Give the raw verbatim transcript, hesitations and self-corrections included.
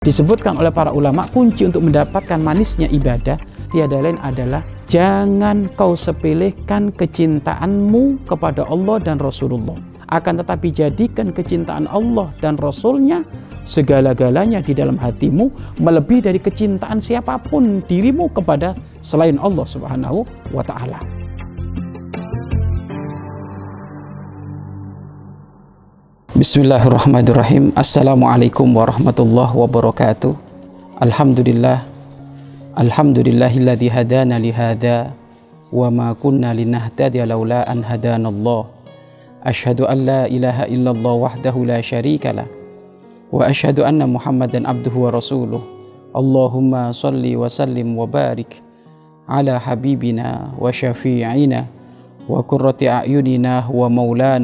Disebutkan oleh para ulama, kunci untuk mendapatkan manisnya ibadah tiada lain adalah jangan kau sepelekan kecintaanmu kepada Allah dan Rasulullah. Akan tetapi jadikan kecintaan Allah dan Rasulnya segala-galanya di dalam hatimu, melebihi dari kecintaan siapapun dirimu kepada selain Allah Subhanahu wa ta'ala. Bismillahirrahmanirrahim. Assalamualaikum warahmatullahi wabarakatuh. Alhamdulillah. Alhamdulillahilladzi hadana lihada wa ma kunna linahtadiya laula an hadanallah. Asyhadu an la ilaha illallah wahdahu la syarikalah wa asyhadu anna Muhammadan abduhu wa rasuluh. Allahumma salli wa sallim wa barik ala habibina wa syafi'ina wa qurrati a'yunina wa maulana